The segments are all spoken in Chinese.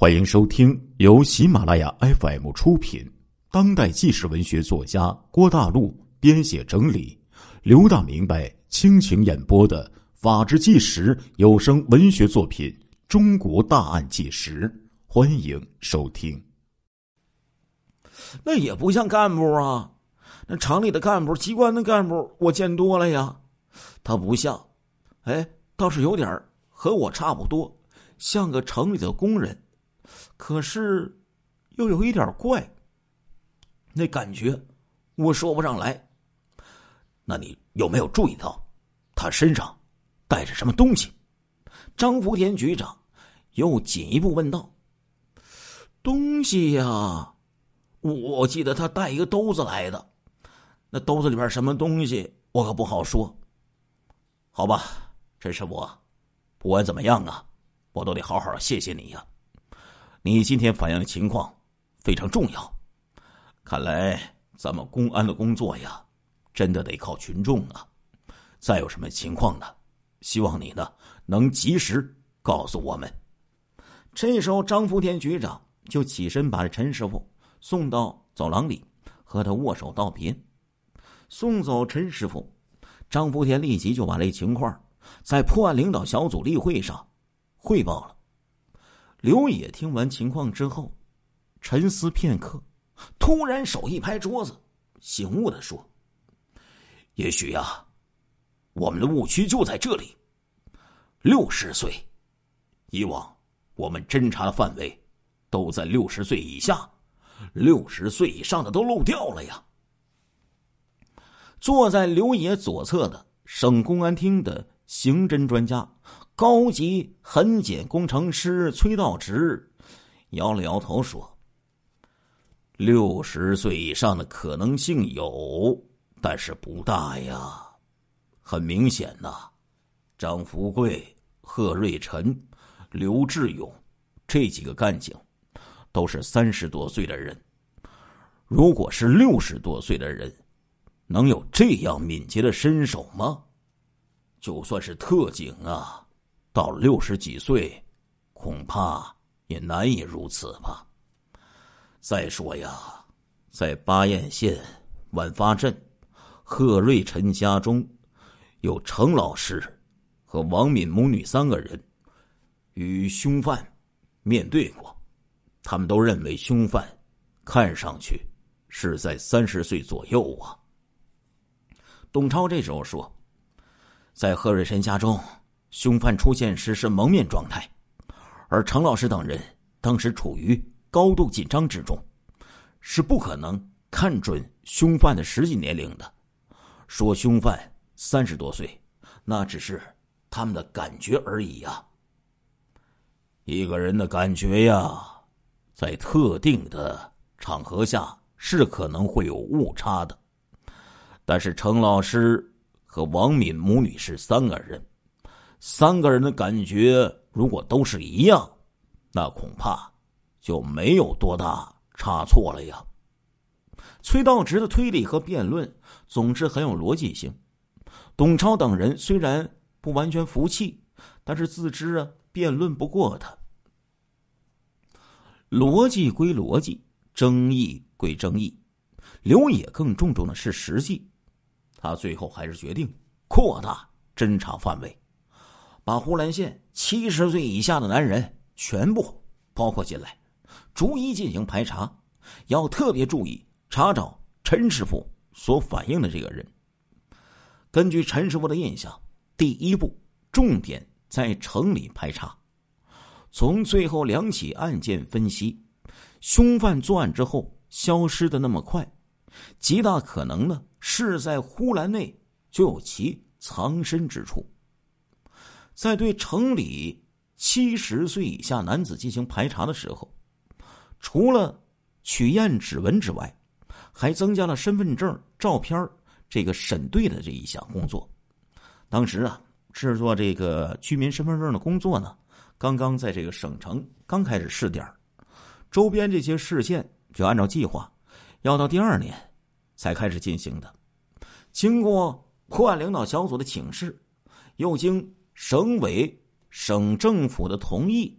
欢迎收听由喜马拉雅 FM 出品，当代纪实文学作家郭大陆编写整理，刘大明白倾情演播的法制纪实有声文学作品《中国大案纪实》，欢迎收听。 那也不像干部啊，那厂里的干部、机关的干部我见多了呀，他不像，倒是有点和我差不多，像个城里的工人，可是又有一点怪，那感觉我说不上来。 那你有没有注意到他身上带着什么东西？ 张福田局长又进一步问道。东西呀，我记得他带一个兜子来的，那兜子里边什么东西我可不好说。 好吧，陈师傅，不管怎么样啊，我都得好好谢谢你呀。你今天反映的情况非常重要，看来咱们公安的工作呀，真的得靠群众啊。再有什么情况呢，希望你呢能及时告诉我们。 这时候张福田局长就起身把陈师傅送到走廊里，和他握手道别。送走陈师傅，张福田立即就把这情况在破案领导小组例会上汇报了。刘野听完情况之后，沉思片刻，突然手一拍桌子，醒悟地说： 也许呀，我们的误区就在这里。60岁，以往我们侦查的范围都在60岁以下，60岁以上的都漏掉了呀。 坐在刘野左侧的省公安厅的刑侦专家、高级痕检工程师崔道直摇了摇头说 ：60岁以上的可能性有，但是不大呀。很明显呐，张福贵、贺瑞臣、刘志勇这几个干警都是30多岁的人，如果是60多岁的人，能有这样敏捷的身手吗？就算是特警啊，到60几岁，恐怕也难以如此吧。再说呀，在巴彦县万发镇贺瑞臣家中，有程老师和王敏母女3个人与凶犯面对过，他们都认为凶犯看上去是在30岁左右啊。 董超这时候说，在贺瑞臣家中，凶犯出现时是蒙面状态，而程老师等人当时处于高度紧张之中，是不可能看准凶犯的实际年龄的。说凶犯30多岁，那只是他们的感觉而已呀。 一个人的感觉呀，在特定的场合下是可能会有误差的。但是程老师和王敏母女是3个人，3个人的感觉如果都是一样，那恐怕就没有多大差错了呀。 崔道直的推理和辩论总之很有逻辑性，董超等人虽然不完全服气，但是自知辩论不过他。逻辑归逻辑，争议归争议，刘野更注重的是实际。他最后还是决定扩大侦查范围，把呼兰县70岁以下的男人全部包括进来，逐一进行排查，要特别注意查找陈师傅所反映的这个人。根据陈师傅的印象，第一步重点在城里排查。从最后2起案件分析，凶犯作案之后消失的那么快，极大可能呢是在呼兰内就有其藏身之处。在对城里70岁以下男子进行排查的时候，除了取验指纹之外，还增加了身份证、照片这个审对的这一项工作。当时制作这个居民身份证的工作呢，刚刚在这个省城刚开始试点，周边这些市县就按照计划要到第2年才开始进行的。经过破案领导小组的请示，又经省委、省政府的同意，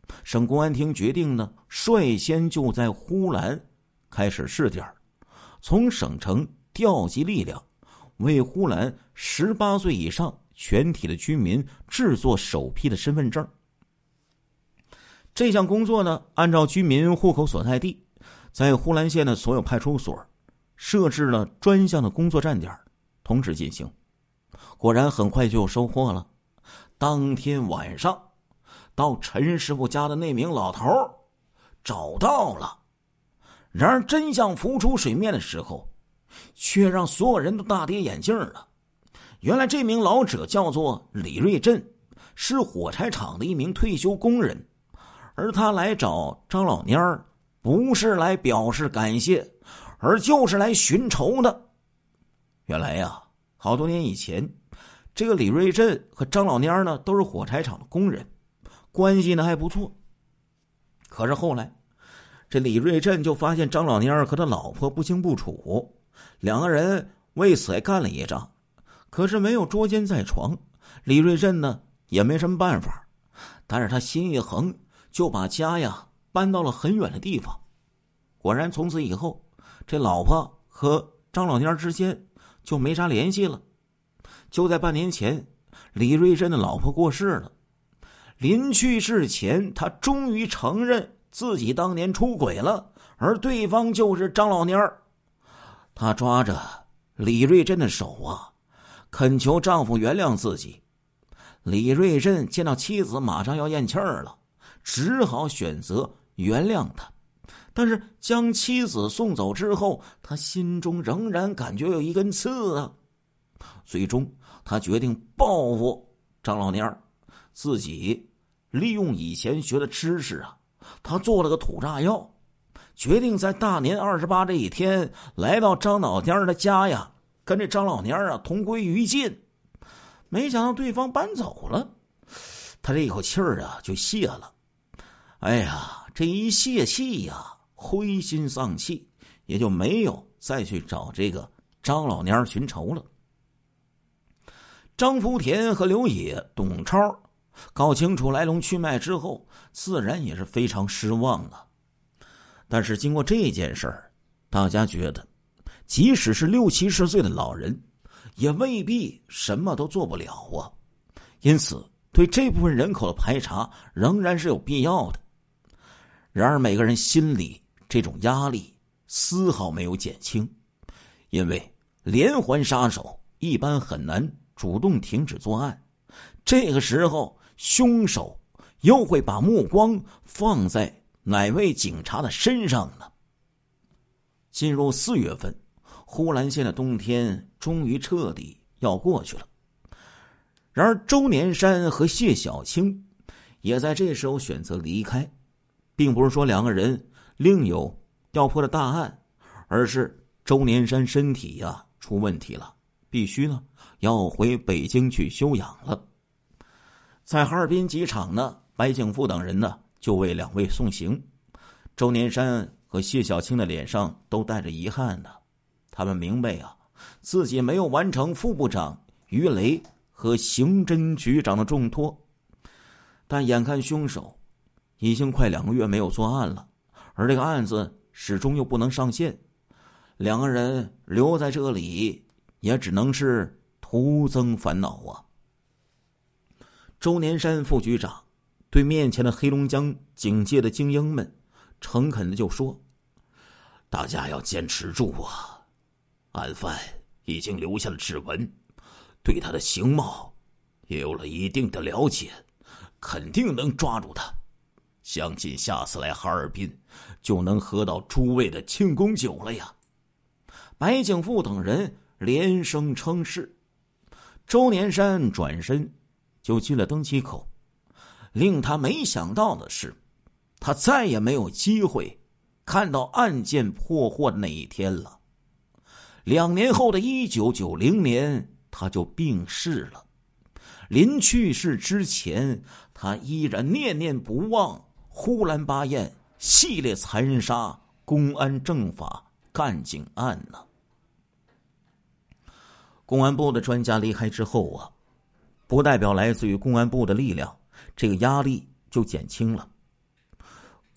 省公安厅决定呢，率先就在呼兰开始试点，从省城调集力量，为呼兰18岁以上全体的居民制作首批的身份证。这项工作呢，按照居民户口所在地，在呼兰县的所有派出所设置了专项的工作站点，同时进行。果然很快就有收获了。当天晚上，到陈师傅家的那名老头找到了。然而真相浮出水面的时候，却让所有人都大跌眼镜了。原来这名老者叫做李瑞振，是火柴厂的一名退休工人，而他来找张老蔫儿不是来表示感谢，而就是来寻仇的。原来呀，好多年以前，这个李瑞振和张老蔫儿呢都是火柴厂的工人，关系呢还不错。可是后来这李瑞振就发现张老蔫儿和他老婆不清不楚，两个人为此还干了一仗，可是没有捉奸在床，李瑞振呢也没什么办法。但是他心一横，就把家呀搬到了很远的地方。果然从此以后，这老婆和张老蔫儿之间就没啥联系了。就在半年前，李瑞振的老婆过世了。临去世前，他终于承认自己当年出轨了，而对方就是张老蔫儿。他抓着李瑞振的手啊，恳求丈夫原谅自己。李瑞振见到妻子马上要咽气儿了，只好选择原谅他。但是将妻子送走之后，他心中仍然感觉有一根刺啊。最终他决定报复张老蔫儿，自己利用以前学的知识啊，他做了个土炸药，决定在大年28这一天来到张老蔫儿的家呀，跟这张老蔫儿啊同归于尽。没想到对方搬走了，他这一口气儿啊就泄了。哎呀，这一泄气呀，灰心丧气，也就没有再去找这个张老蔫儿寻仇了。张福田和刘野、董超搞清楚来龙去脉之后，自然也是非常失望啊。但是经过这件事儿，大家觉得即使是60、70岁的老人，也未必什么都做不了啊。因此对这部分人口的排查仍然是有必要的。然而每个人心里这种压力丝毫没有减轻，因为连环杀手一般很难主动停止作案，这个时候凶手又会把目光放在哪位警察的身上呢？进入4月份，呼兰县的冬天终于彻底要过去了。然而周年山和谢小青也在这时候选择离开，并不是说两个人另有要破的大案，而是周年山身体呀出问题了，必须呢要回北京去休养了。在哈尔滨机场呢，白景富等人呢就为两位送行。周年山和谢小青的脸上都带着遗憾呢，他们明白啊，自己没有完成副部长于雷和刑侦局长的重托。但眼看凶手已经快2个月没有作案了，而这个案子始终又不能上线，两个人留在这里也只能是徒增烦恼啊。周年山副局长对面前的黑龙江警界的精英们诚恳的就说：大家要坚持住啊，案犯已经留下了指纹，对他的形貌也有了一定的了解，肯定能抓住他，相信下次来哈尔滨就能喝到诸位的庆功酒了呀。白景富等人连声称是。周年山转身就进了登机口，令他没想到的是，他再也没有机会看到案件破获的那一天了。2年后的1990年，他就病逝了。临去世之前，他依然念念不忘呼兰巴彦系列残杀公安政法干警案呢。公安部的专家离开之后啊，不代表来自于公安部的力量这个压力就减轻了。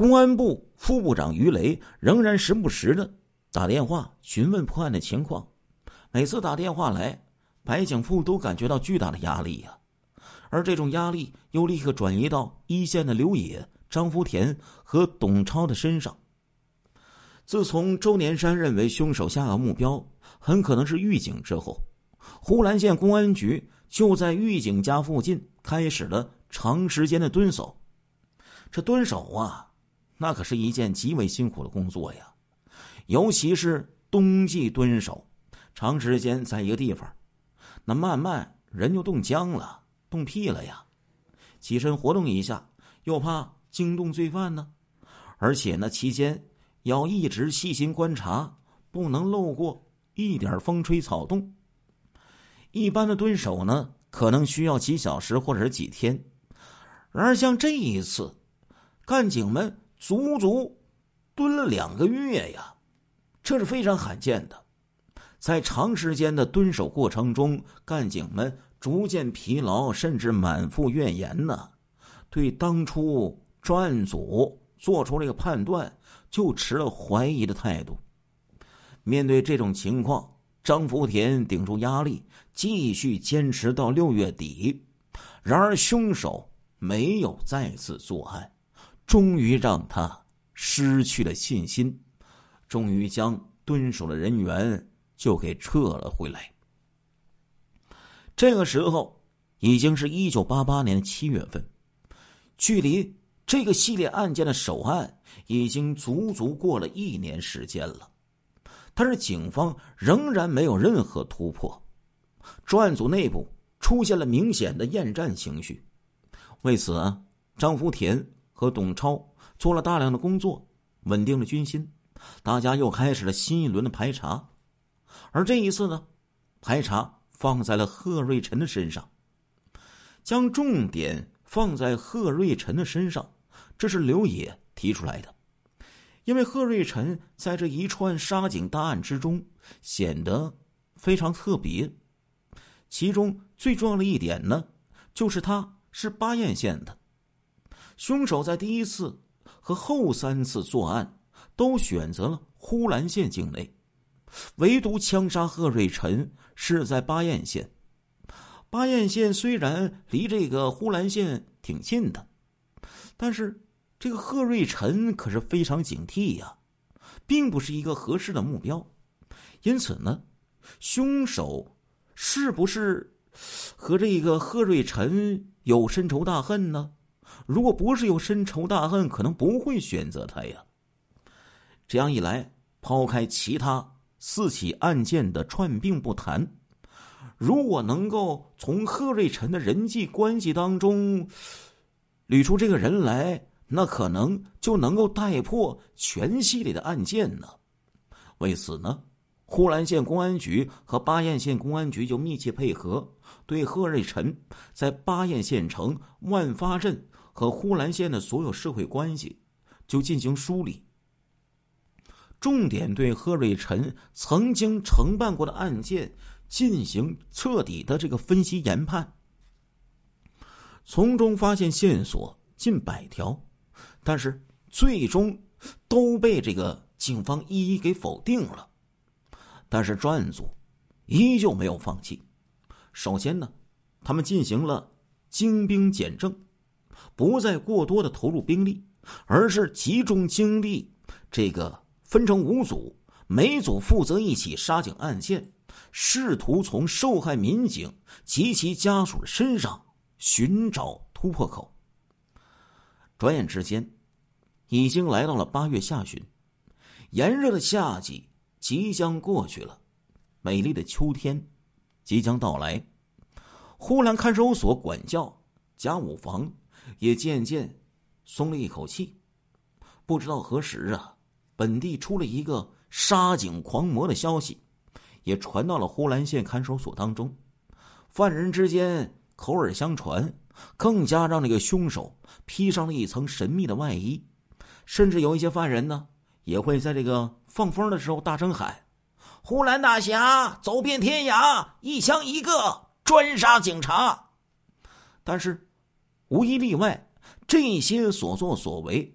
公安部副部长于雷仍然时不时的打电话询问破案的情况。每次打电话来，白景富都感觉到巨大的压力呀，而这种压力又立刻转移到一线的刘野、张福田和董超的身上。自从周年山认为凶手下个目标很可能是狱警之后，呼兰县公安局就在狱警家附近开始了长时间的蹲守。这蹲守啊，那可是一件极为辛苦的工作呀，尤其是冬季蹲守，长时间在一个地方，那慢慢人就冻僵了，冻屁了呀。起身活动一下，又怕惊动罪犯呢，而且呢期间要一直细心观察，不能漏过一点风吹草动。一般的蹲守呢，可能需要几小时或者是几天，然而像这一次，干警们足足蹲了2个月呀，这是非常罕见的。在长时间的蹲守过程中，干警们逐渐疲劳，甚至满腹怨言呢，对当初专案组做出这个判断就持了怀疑的态度。面对这种情况，张福田顶住压力，继续坚持到6月底。然而凶手没有再次作案，终于让他失去了信心，终于将蹲守的人员就给撤了回来。这个时候已经是1988年7月份，距离这个系列案件的首案已经足足过了1年时间了，但是警方仍然没有任何突破。专案组内部出现了明显的厌战情绪，为此啊，张福田和董超做了大量的工作，稳定了军心，大家又开始了新一轮的排查。而这一次呢，排查放在了贺瑞臣的身上，将重点放在贺瑞臣的身上，这是刘野提出来的。因为贺瑞臣在这一串杀警大案之中显得非常特别，其中最重要的一点呢，就是他是巴彦县的。凶手在第一次和后3次作案都选择了呼兰县境内，唯独枪杀贺瑞臣是在巴彦县。巴彦县虽然离这个呼兰县挺近的，但是这个贺瑞臣可是非常警惕呀，并不是一个合适的目标。因此呢，凶手是不是和这个贺瑞臣有深仇大恨呢？如果不是有深仇大恨，可能不会选择他呀。这样一来，抛开其他4起案件的串并不谈，如果能够从贺瑞臣的人际关系当中捋出这个人来，那可能就能够带破全系列的案件呢。为此呢，呼兰县公安局和巴彦县公安局就密切配合，对贺瑞臣在巴彦县城、万发镇和呼兰县的所有社会关系就进行梳理，重点对贺瑞臣曾经承办过的案件进行彻底的这个分析研判，从中发现线索近100条，但是最终都被这个警方一一给否定了。但是专案组依旧没有放弃。首先呢，他们进行了精兵简政，不再过多的投入兵力，而是集中精力，这个分成5组，每组负责1起杀警案件，试图从受害民警及其家属的身上寻找突破口。转眼之间已经来到了8月下旬，炎热的夏季即将过去了，美丽的秋天即将到来。呼兰看守所管教家务房也渐渐松了一口气。不知道何时啊，本地出了一个杀警狂魔的消息，也传到了呼兰县看守所当中。犯人之间口耳相传，更加让那个凶手披上了一层神秘的外衣。甚至有一些犯人呢，也会在这个放风的时候大声喊：呼兰大侠走遍天涯，一枪一个，专杀警察。但是无一例外，这些所作所为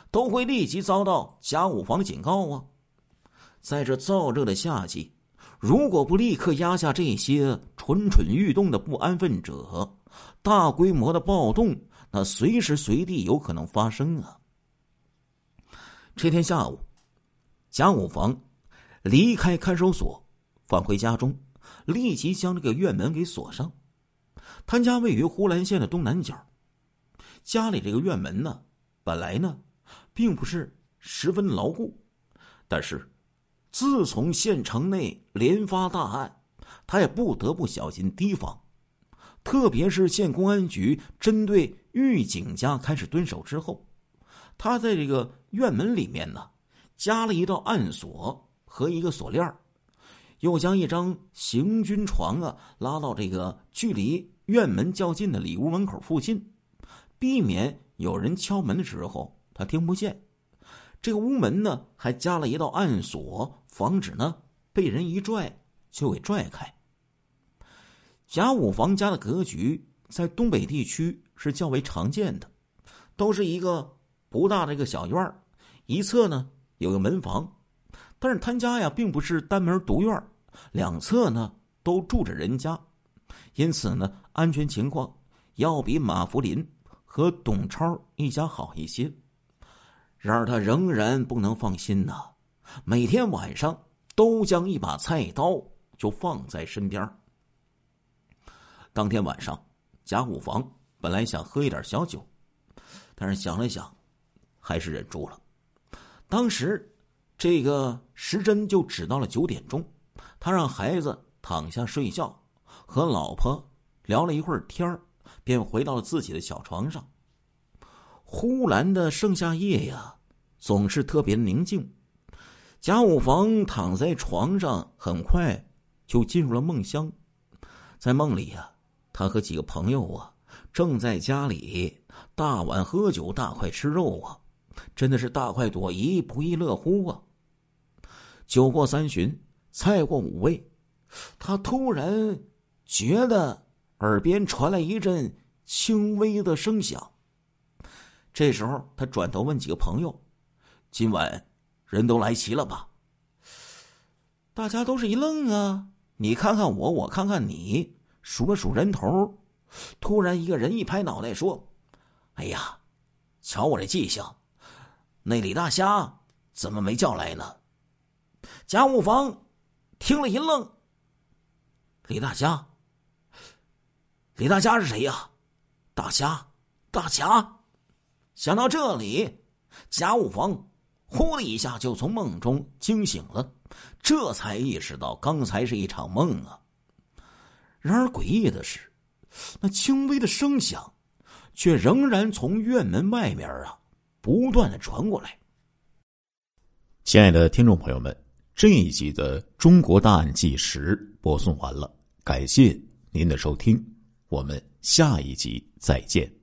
都会立即遭到贾武房警告啊！在这燥热的夏季，如果不立刻压下这些蠢蠢欲动的不安分者，大规模的暴动那随时随地有可能发生啊！这天下午，贾武房离开看守所，返回家中，立即将这个院门给锁上。他家位于呼兰县的东南角，家里这个院门呢，本来呢并不是十分牢固，但是自从县城内连发大案，他也不得不小心提防。特别是县公安局针对狱警家开始蹲守之后，他在这个院门里面呢加了一道暗锁和一个锁链，又将一张行军床啊拉到这个距离院门较近的里屋门口附近，避免有人敲门的时候他听不见。这个屋门呢还加了一道暗锁，防止呢被人一拽就给拽开。贾武房家的格局在东北地区是较为常见的，都是一个不大的一个小院，一侧呢有个门房，但是他家呀并不是单门独院，两侧呢都住着人家，因此呢安全情况要比马福林和董超一家好一些。然而他仍然不能放心呐，每天晚上都将一把菜刀就放在身边。当天晚上，贾武房本来想喝一点小酒，但是想了想还是忍住了。当时这个时针就指到了9点钟，他让孩子躺下睡觉，和老婆聊了一会儿天，便回到了自己的小床上。呼兰的盛夏夜呀，总是特别宁静。贾武房躺在床上，很快就进入了梦乡。在梦里啊，他和几个朋友啊，正在家里大碗喝酒，大块吃肉啊，真的是大快朵颐，不亦乐乎啊。酒过3巡，菜过5味，他突然觉得耳边传来一阵轻微的声响。这时候他转头问几个朋友，今晚人都来齐了吧？大家都是一愣啊，你看看我，我看看你，数了数人头。突然一个人一拍脑袋说，哎呀，瞧我这记性，那李大虾怎么没叫来呢？贾武房听了一愣，李大虾？李大虾是谁呀？大虾？大侠？想到这里，贾武房呼的一下就从梦中惊醒了，这才意识到刚才是一场梦啊。然而诡异的是，那轻微的声响却仍然从院门外面啊不断的传过来。 亲爱的听众朋友们，这一集的《中国大案纪实》播送完了，感谢您的收听，我们下一集再见。